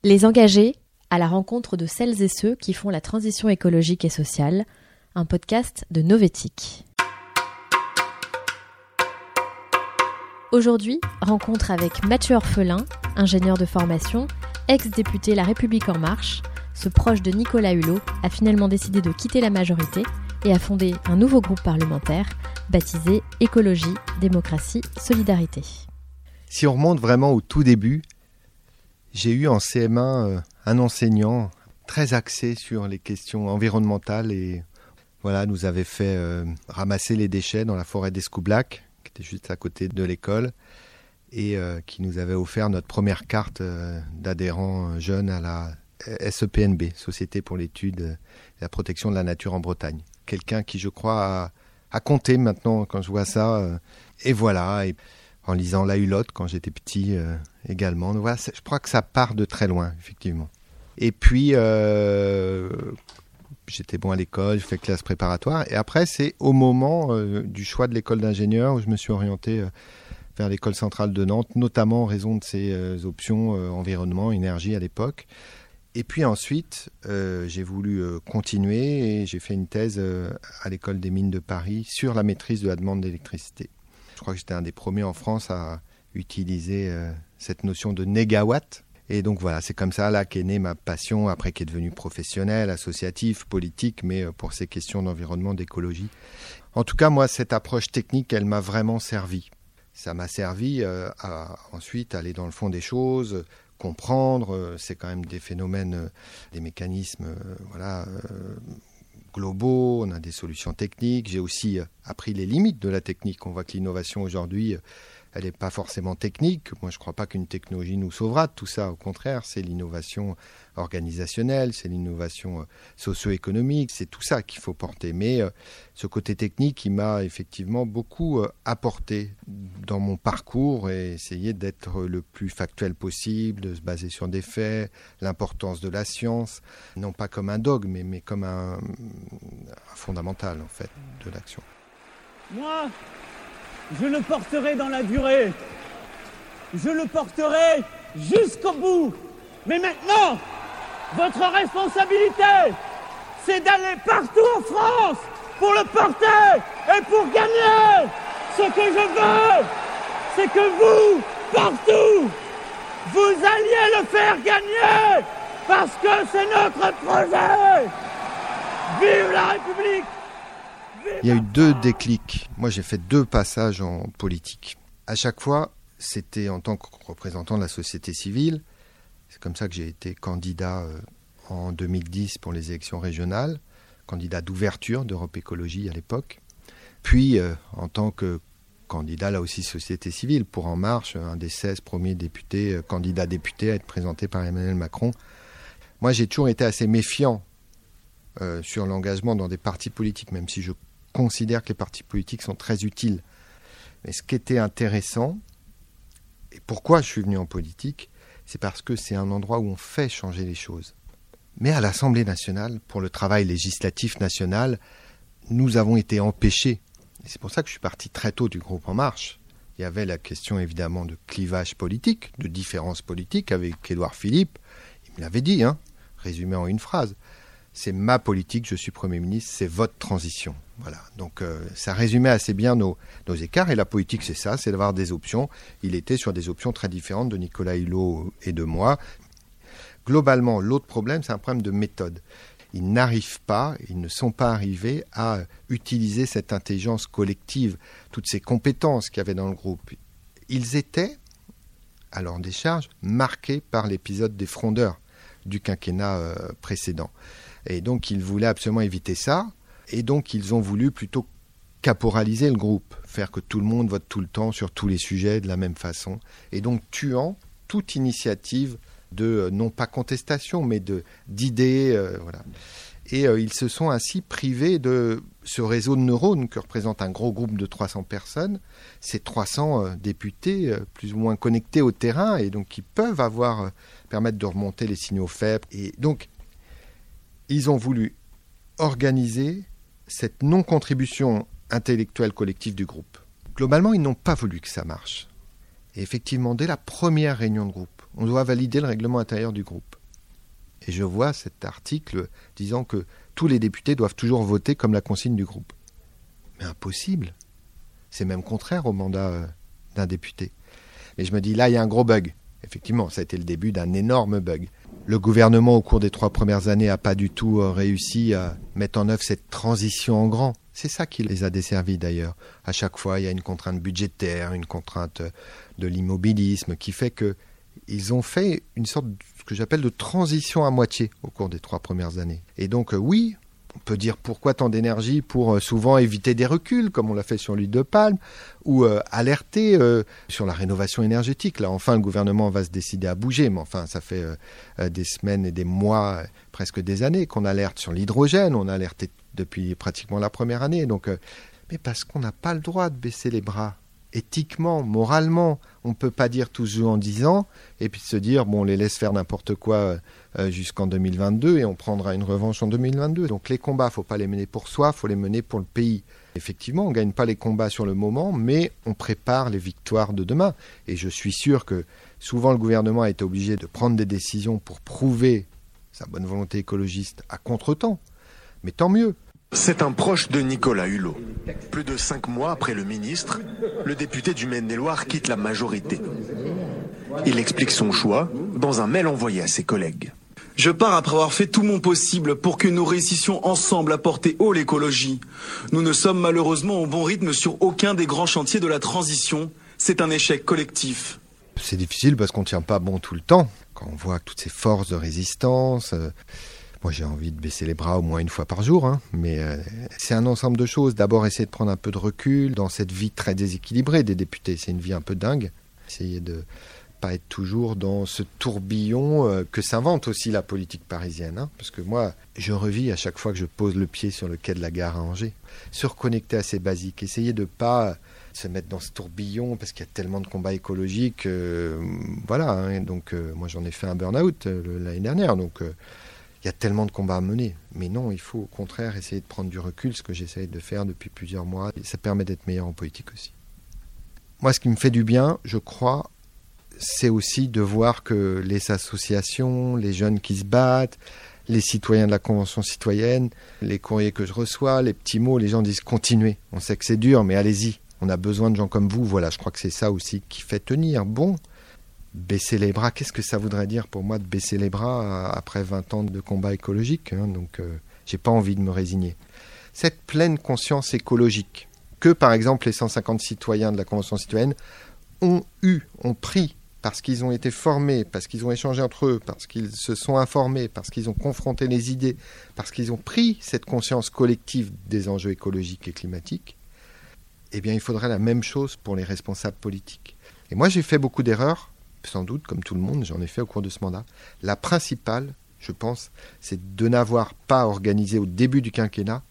Les engagés à la rencontre de celles et ceux qui font la transition écologique et sociale, un podcast de Novétique. Aujourd'hui, rencontre avec Mathieu Orphelin, ingénieur de formation, ex-député La République En Marche. Ce proche de Nicolas Hulot a finalement décidé de quitter la majorité et a fondé un nouveau groupe parlementaire baptisé Écologie, Démocratie, Solidarité. Si on remonte vraiment au tout début, j'ai eu en CM1 un enseignant très axé sur les questions environnementales et voilà, nous avait fait ramasser les déchets dans la forêt d'Escoublac, qui était juste à côté de l'école, et qui nous avait offert notre première carte d'adhérents jeunes à la SEPNB, Société pour l'étude et la protection de la nature en Bretagne. Quelqu'un qui, je crois, a compté maintenant quand je vois ça. Et voilà, et en lisant La Hulotte quand j'étais petit également. Donc voilà, je crois que ça part de très loin, effectivement. Et puis, j'étais bon à l'école, j'ai fait classe préparatoire. Et après, c'est au moment du choix de l'école d'ingénieur où je me suis orienté vers l'école centrale de Nantes, notamment en raison de ses options environnement, énergie à l'époque. Et puis ensuite, j'ai voulu continuer et j'ai fait une thèse à l'école des mines de Paris sur la maîtrise de la demande d'électricité. Je crois que j'étais un des premiers en France à utiliser cette notion de négawatt. Et donc voilà, c'est comme ça là qu'est née ma passion, après qui est devenue professionnelle, associative, politique, mais pour ces questions d'environnement, d'écologie. En tout cas, moi, cette approche technique, elle m'a vraiment servi. Ça m'a servi à ensuite aller dans le fond des choses, comprendre, c'est quand même des phénomènes, des mécanismes globaux, on a des solutions techniques. J'ai aussi appris les limites de la technique. On voit que l'innovation aujourd'hui, elle n'est pas forcément technique. Moi, je ne crois pas qu'une technologie nous sauvera de tout ça. Au contraire, c'est l'innovation organisationnelle, c'est l'innovation socio-économique, c'est tout ça qu'il faut porter. Mais ce côté technique, il m'a effectivement beaucoup apporté dans mon parcours et essayer d'être le plus factuel possible, de se baser sur des faits, l'importance de la science, non pas comme un dogme, mais comme un fondamental, en fait, de l'action. Moi, je le porterai dans la durée. Je le porterai jusqu'au bout. Mais maintenant, votre responsabilité, c'est d'aller partout en France pour le porter et pour gagner. Ce que je veux, c'est que vous, partout, vous alliez le faire gagner parce que c'est notre projet. Vive la République! Il y a eu 2 déclics. Moi, j'ai fait 2 passages en politique. À chaque fois, c'était en tant que représentant de la société civile. C'est comme ça que j'ai été candidat en 2010 pour les élections régionales, candidat d'ouverture d'Europe Écologie à l'époque. Puis, en tant que candidat, là aussi, société civile, pour En Marche, un des 16 premiers députés, candidats députés à être présentés par Emmanuel Macron. Moi, j'ai toujours été assez méfiant sur l'engagement dans des partis politiques, même si je considère que les partis politiques sont très utiles. Mais ce qui était intéressant, et pourquoi je suis venu en politique, c'est parce que c'est un endroit où on fait changer les choses. Mais à l'Assemblée nationale, pour le travail législatif national, nous avons été empêchés. Et c'est pour ça que je suis parti très tôt du groupe En Marche. Il y avait la question évidemment de clivage politique, de différence politique avec Édouard Philippe. Il me l'avait dit, résumé en une phrase. C'est ma politique, je suis Premier ministre, c'est votre transition. Voilà. Donc ça résumait assez bien nos écarts. Et la politique, c'est ça, c'est d'avoir des options. Il était sur des options très différentes de Nicolas Hulot et de moi. Globalement, l'autre problème, c'est un problème de méthode. Ils ne sont pas arrivés à utiliser cette intelligence collective, toutes ces compétences qu'il y avait dans le groupe. Ils étaient, à leur décharge, marqués par l'épisode des frondeurs du quinquennat précédent. Et donc, ils voulaient absolument éviter ça. Et donc, ils ont voulu plutôt caporaliser le groupe, faire que tout le monde vote tout le temps sur tous les sujets de la même façon. Et donc, tuant toute initiative de, non pas contestation, mais d'idées. Voilà. Et ils se sont ainsi privés de ce réseau de neurones que représente un gros groupe de 300 personnes. Ces 300 députés plus ou moins connectés au terrain et donc qui peuvent permettre de remonter les signaux faibles. Et donc, ils ont voulu organiser cette non-contribution intellectuelle collective du groupe. Globalement, ils n'ont pas voulu que ça marche. Et effectivement, dès la première réunion de groupe, on doit valider le règlement intérieur du groupe. Et je vois cet article disant que tous les députés doivent toujours voter comme la consigne du groupe. Mais impossible. C'est même contraire au mandat d'un député. Et je me dis, là, il y a un gros bug. Effectivement, ça a été le début d'un énorme bug. Le gouvernement, au cours des 3 premières années, n'a pas du tout réussi à mettre en œuvre cette transition en grand. C'est ça qui les a desservis d'ailleurs. À chaque fois, il y a une contrainte budgétaire, une contrainte de l'immobilisme qui fait qu'ils ont fait une sorte de, ce que j'appelle de transition à moitié au cours des 3 premières années. Et donc, oui, on peut dire pourquoi tant d'énergie pour souvent éviter des reculs, comme on l'a fait sur l'huile de palme, ou alerter sur la rénovation énergétique. Là, enfin, le gouvernement va se décider à bouger, mais enfin, ça fait des semaines et des mois, presque des années, qu'on alerte sur l'hydrogène. On a alerté depuis pratiquement la première année. Donc, mais parce qu'on n'a pas le droit de baisser les bras. Éthiquement, moralement, on ne peut pas dire toujours en 10 ans et puis se dire, bon, on les laisse faire n'importe quoi jusqu'en 2022 et on prendra une revanche en 2022. Donc les combats, il ne faut pas les mener pour soi, il faut les mener pour le pays. Effectivement, on ne gagne pas les combats sur le moment, mais on prépare les victoires de demain. Et je suis sûr que souvent le gouvernement a été obligé de prendre des décisions pour prouver sa bonne volonté écologiste à contre-temps. Mais tant mieux. C'est un proche de Nicolas Hulot. Plus de 5 mois après le ministre, le député du Maine-et-Loire quitte la majorité. Il explique son choix dans un mail envoyé à ses collègues. Je pars après avoir fait tout mon possible pour que nous réussissions ensemble à porter haut l'écologie. Nous ne sommes malheureusement au bon rythme sur aucun des grands chantiers de la transition. C'est un échec collectif. C'est difficile parce qu'on ne tient pas bon tout le temps. Quand on voit toutes ces forces de résistance... Moi, j'ai envie de baisser les bras au moins une fois par jour, mais c'est un ensemble de choses. D'abord, essayer de prendre un peu de recul dans cette vie très déséquilibrée des députés. C'est une vie un peu dingue. Essayer de pas être toujours dans ce tourbillon que s'invente aussi la politique parisienne. Parce que moi, je revis à chaque fois que je pose le pied sur le quai de la gare à Angers. Se reconnecter à ces basiques. Essayer de pas se mettre dans ce tourbillon parce qu'il y a tellement de combats écologiques. Voilà. Donc, moi, j'en ai fait un burn-out l'année dernière. Donc... il y a tellement de combats à mener. Mais non, il faut au contraire essayer de prendre du recul, ce que j'essaye de faire depuis plusieurs mois. Et ça permet d'être meilleur en politique aussi. Moi, ce qui me fait du bien, je crois, c'est aussi de voir que les associations, les jeunes qui se battent, les citoyens de la Convention citoyenne, les courriers que je reçois, les petits mots, les gens disent « continuez ». On sait que c'est dur, mais allez-y. On a besoin de gens comme vous. Voilà, je crois que c'est ça aussi qui fait tenir. Bon. Baisser les bras, qu'est-ce que ça voudrait dire pour moi de baisser les bras après 20 ans de combat écologique, donc j'ai pas envie de me résigner. Cette pleine conscience écologique que par exemple les 150 citoyens de la Convention citoyenne ont pris parce qu'ils ont été formés, parce qu'ils ont échangé entre eux, parce qu'ils se sont informés, parce qu'ils ont confronté les idées, parce qu'ils ont pris cette conscience collective des enjeux écologiques et climatiques, eh bien il faudrait la même chose pour les responsables politiques. Et moi j'ai fait beaucoup d'erreurs, sans doute, comme tout le monde, j'en ai fait au cours de ce mandat. La principale, je pense, c'est de n'avoir pas organisé au début du quinquennat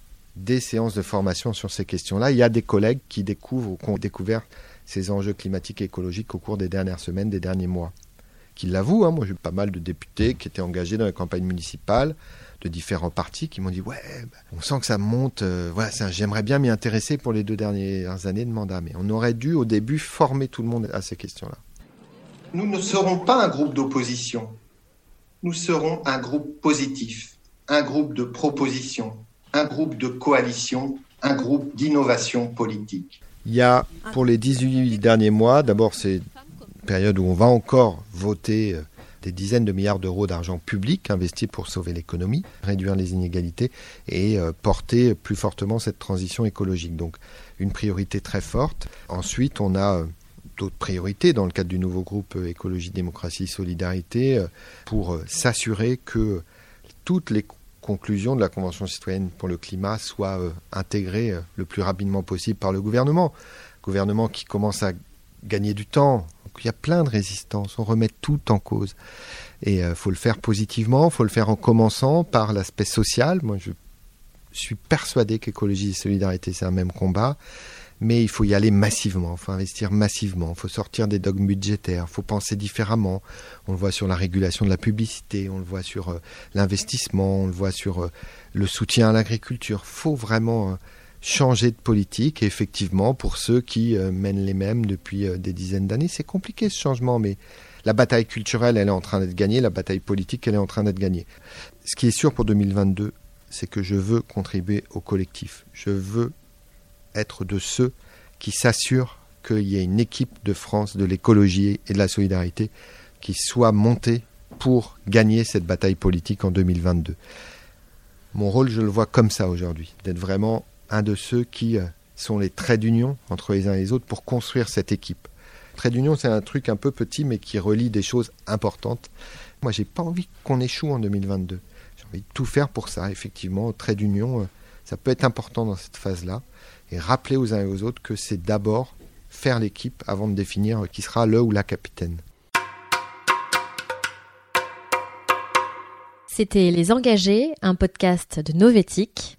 des séances de formation sur ces questions-là. Il y a des collègues qui découvrent ou qui ont découvert ces enjeux climatiques et écologiques au cours des dernières semaines, des derniers mois. Qui l'avouent, moi j'ai eu pas mal de députés qui étaient engagés dans la campagne municipale, de différents partis, qui m'ont dit « Ouais, on sent que ça monte, j'aimerais bien m'y intéresser pour les 2 dernières années de mandat. » Mais on aurait dû au début former tout le monde à ces questions-là. Nous ne serons pas un groupe d'opposition. Nous serons un groupe positif, un groupe de proposition, un groupe de coalition, un groupe d'innovation politique. Il y a, pour les 18 derniers mois, d'abord c'est une période où on va encore voter des dizaines de milliards d'euros d'argent public investi pour sauver l'économie, réduire les inégalités et porter plus fortement cette transition écologique. Donc une priorité très forte. Ensuite, on a... d'autres priorités dans le cadre du nouveau groupe Écologie, Démocratie, Solidarité pour s'assurer que toutes les conclusions de la Convention citoyenne pour le climat soient intégrées le plus rapidement possible par le gouvernement. Gouvernement qui commence à gagner du temps. Donc, il y a plein de résistances, on remet tout en cause. Et il faut le faire positivement, il faut le faire en commençant par l'aspect social. Moi, je suis persuadé qu'Écologie et Solidarité, c'est un même combat. Mais il faut y aller massivement, il faut investir massivement, il faut sortir des dogmes budgétaires, il faut penser différemment. On le voit sur la régulation de la publicité, on le voit sur l'investissement, on le voit sur le soutien à l'agriculture. Il faut vraiment changer de politique. Et effectivement, pour ceux qui mènent les mêmes depuis des dizaines d'années, c'est compliqué ce changement, mais la bataille culturelle, elle est en train d'être gagnée, la bataille politique, elle est en train d'être gagnée. Ce qui est sûr pour 2022, c'est que je veux contribuer au collectif. Je veux être de ceux qui s'assurent qu'il y ait une équipe de France, de l'écologie et de la solidarité qui soit montée pour gagner cette bataille politique en 2022. Mon rôle, je le vois comme ça aujourd'hui, d'être vraiment un de ceux qui sont les traits d'union entre les uns et les autres pour construire cette équipe. Trait d'union, c'est un truc un peu petit, mais qui relie des choses importantes. Moi, j'ai pas envie qu'on échoue en 2022. J'ai envie de tout faire pour ça. Effectivement, trait d'union, ça peut être important dans cette phase-là. Et rappeler aux uns et aux autres que c'est d'abord faire l'équipe avant de définir qui sera le ou la capitaine. C'était Les Engagés, un podcast de Novetic.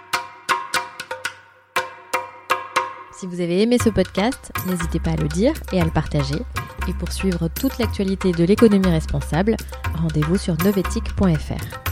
Si vous avez aimé ce podcast, n'hésitez pas à le dire et à le partager. Et pour suivre toute l'actualité de l'économie responsable, rendez-vous sur novetic.fr.